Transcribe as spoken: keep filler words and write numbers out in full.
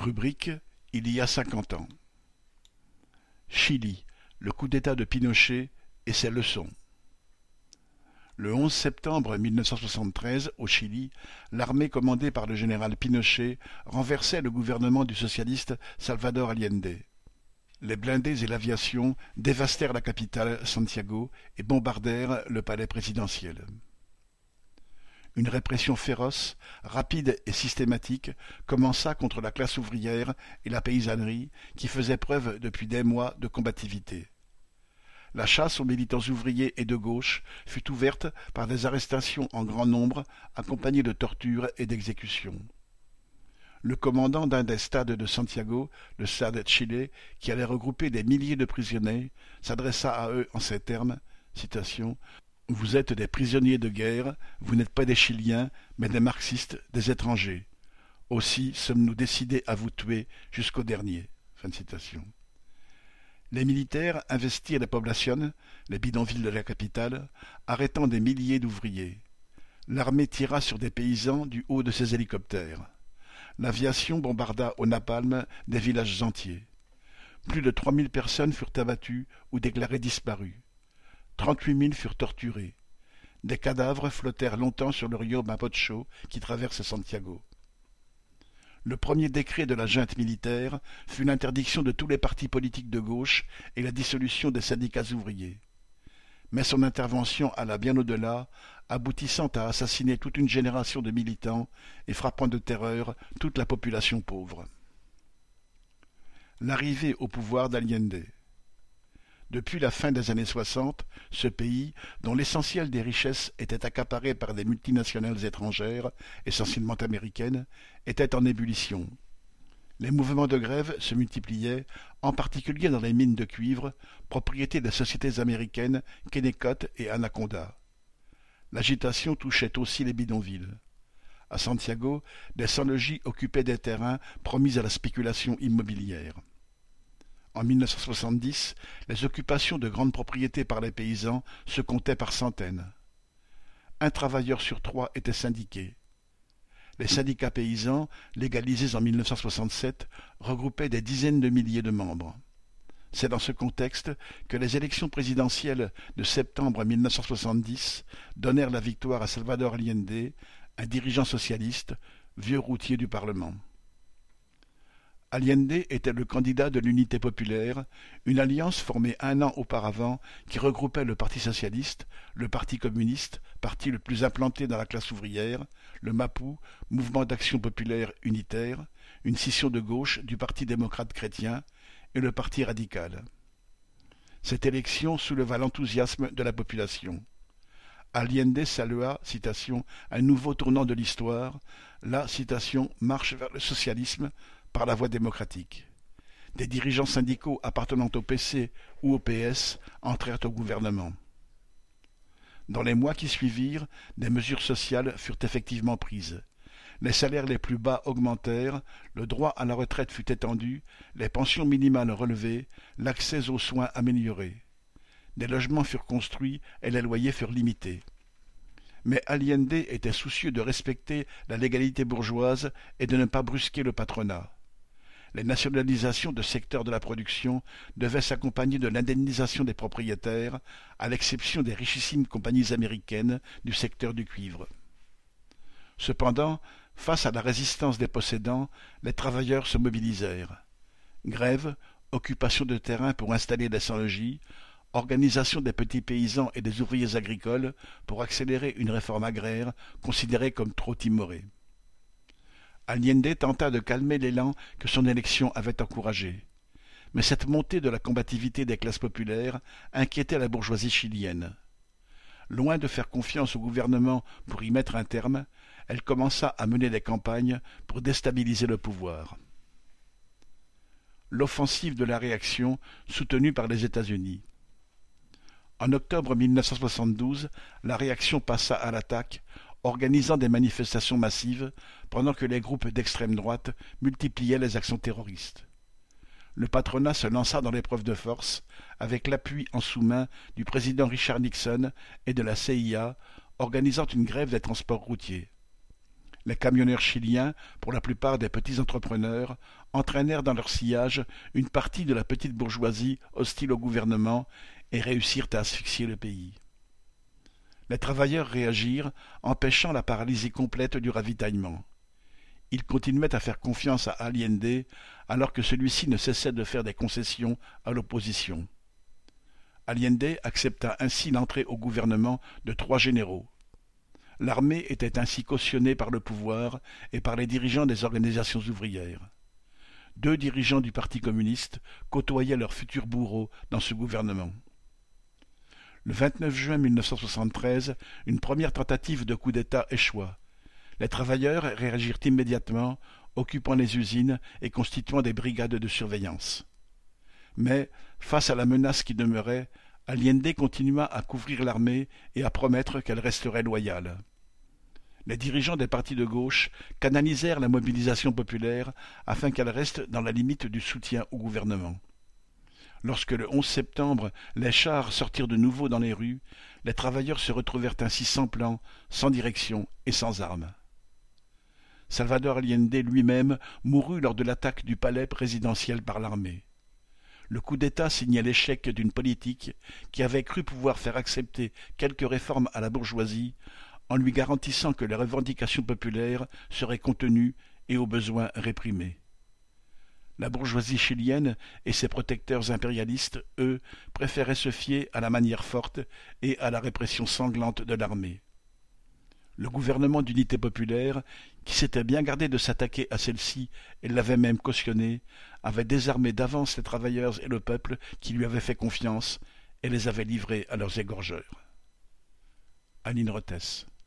Rubrique Il y a cinquante ans. Chili, le coup d'État de Pinochet et ses leçons. Le onze septembre mille neuf cent soixante-treize, au Chili, l'armée commandée par le général Pinochet renversait le gouvernement du socialiste Salvador Allende. Les blindés et l'aviation dévastèrent la capitale, Santiago, et bombardèrent le palais présidentiel. Une répression féroce, rapide et systématique commença contre la classe ouvrière et la paysannerie qui faisaient preuve depuis des mois de combativité. La chasse aux militants ouvriers et de gauche fut ouverte par des arrestations en grand nombre accompagnées de tortures et d'exécutions. Le commandant d'un des stades de Santiago, le stade Chile, qui allait regrouper des milliers de prisonniers, s'adressa à eux en ces termes, citation, « Vous êtes des prisonniers de guerre, vous n'êtes pas des Chiliens, mais des marxistes, des étrangers. Aussi sommes-nous décidés à vous tuer jusqu'au dernier. » Fin de citation. Les militaires investirent les poblations, les bidonvilles de la capitale, arrêtant des milliers d'ouvriers. L'armée tira sur des paysans du haut de ses hélicoptères. L'aviation bombarda au napalm des villages entiers. Plus de trois mille personnes furent abattues ou déclarées disparues. Trente-huit mille furent torturés. Des cadavres flottèrent longtemps sur le rio Mapocho qui traverse Santiago. Le premier décret de la junte militaire fut l'interdiction de tous les partis politiques de gauche et la dissolution des syndicats ouvriers. Mais son intervention alla bien au-delà, aboutissant à assassiner toute une génération de militants et frappant de terreur toute la population pauvre. L'arrivée au pouvoir d'Allende. Depuis la fin des années soixante, ce pays, dont l'essentiel des richesses était accaparé par des multinationales étrangères, essentiellement américaines, était en ébullition. Les mouvements de grève se multipliaient, en particulier dans les mines de cuivre, propriété des sociétés américaines Kennecott et Anaconda. L'agitation touchait aussi les bidonvilles. À Santiago, des sans-logis occupaient des terrains promis à la spéculation immobilière. En mille neuf cent soixante-dix, les occupations de grandes propriétés par les paysans se comptaient par centaines. Un travailleur sur trois était syndiqué. Les syndicats paysans, légalisés en mille neuf cent soixante-sept, regroupaient des dizaines de milliers de membres. C'est dans ce contexte que les élections présidentielles de septembre mille neuf cent soixante-dix donnèrent la victoire à Salvador Allende, un dirigeant socialiste, vieux routier du Parlement. Allende était le candidat de l'Unité populaire, une alliance formée un an auparavant qui regroupait le Parti socialiste, le Parti communiste, parti le plus implanté dans la classe ouvrière, le MAPU, Mouvement d'action populaire unitaire, une scission de gauche du Parti démocrate chrétien et le Parti radical. Cette élection souleva l'enthousiasme de la population. Allende salua, citation, un nouveau tournant de l'histoire, la, citation, marche vers le socialisme, par la voie démocratique. Des dirigeants syndicaux appartenant au P C ou au P S entrèrent au gouvernement. Dans les mois qui suivirent, des mesures sociales furent effectivement prises. Les salaires les plus bas augmentèrent, le droit à la retraite fut étendu, les pensions minimales relevées, l'accès aux soins amélioré. Des logements furent construits et les loyers furent limités. Mais Allende était soucieux de respecter la légalité bourgeoise et de ne pas brusquer le patronat. Les nationalisations de secteurs de la production devaient s'accompagner de l'indemnisation des propriétaires, à l'exception des richissimes compagnies américaines du secteur du cuivre. Cependant, face à la résistance des possédants, les travailleurs se mobilisèrent. Grève, occupation de terrain pour installer des sans-logis, organisation des petits paysans et des ouvriers agricoles pour accélérer une réforme agraire considérée comme trop timorée. Allende tenta de calmer l'élan que son élection avait encouragé. Mais cette montée de la combativité des classes populaires inquiétait la bourgeoisie chilienne. Loin de faire confiance au gouvernement pour y mettre un terme, elle commença à mener des campagnes pour déstabiliser le pouvoir. L'offensive de la réaction, soutenue par les États-Unis. En octobre mille neuf cent soixante-douze, la réaction passa à l'attaque, organisant des manifestations massives pendant que les groupes d'extrême droite multipliaient les actions terroristes. Le patronat se lança dans l'épreuve de force avec l'appui en sous-main du président Richard Nixon et de la C I A, organisant une grève des transports routiers. Les camionneurs chiliens, pour la plupart des petits entrepreneurs, entraînèrent dans leur sillage une partie de la petite bourgeoisie hostile au gouvernement et réussirent à asphyxier le pays. Les travailleurs réagirent, empêchant la paralysie complète du ravitaillement. Ils continuaient à faire confiance à Allende alors que celui-ci ne cessait de faire des concessions à l'opposition. Allende accepta ainsi l'entrée au gouvernement de trois généraux. L'armée était ainsi cautionnée par le pouvoir et par les dirigeants des organisations ouvrières. Deux dirigeants du Parti communiste côtoyaient leurs futurs bourreaux dans ce gouvernement. Le vingt-neuf juin mille neuf cent soixante-treize, une première tentative de coup d'État échoua. Les travailleurs réagirent immédiatement, occupant les usines et constituant des brigades de surveillance. Mais, face à la menace qui demeurait, Allende continua à couvrir l'armée et à promettre qu'elle resterait loyale. Les dirigeants des partis de gauche canalisèrent la mobilisation populaire afin qu'elle reste dans la limite du soutien au gouvernement. Lorsque le onze septembre, les chars sortirent de nouveau dans les rues, les travailleurs se retrouvèrent ainsi sans plan, sans direction et sans armes. Salvador Allende lui-même mourut lors de l'attaque du palais présidentiel par l'armée. Le coup d'État signait l'échec d'une politique qui avait cru pouvoir faire accepter quelques réformes à la bourgeoisie en lui garantissant que les revendications populaires seraient contenues et au besoin réprimées. La bourgeoisie chilienne et ses protecteurs impérialistes, eux, préféraient se fier à la manière forte et à la répression sanglante de l'armée. Le gouvernement d'unité populaire, qui s'était bien gardé de s'attaquer à celle-ci et l'avait même cautionnée, avait désarmé d'avance les travailleurs et le peuple qui lui avaient fait confiance et les avait livrés à leurs égorgeurs. Aline Rethès.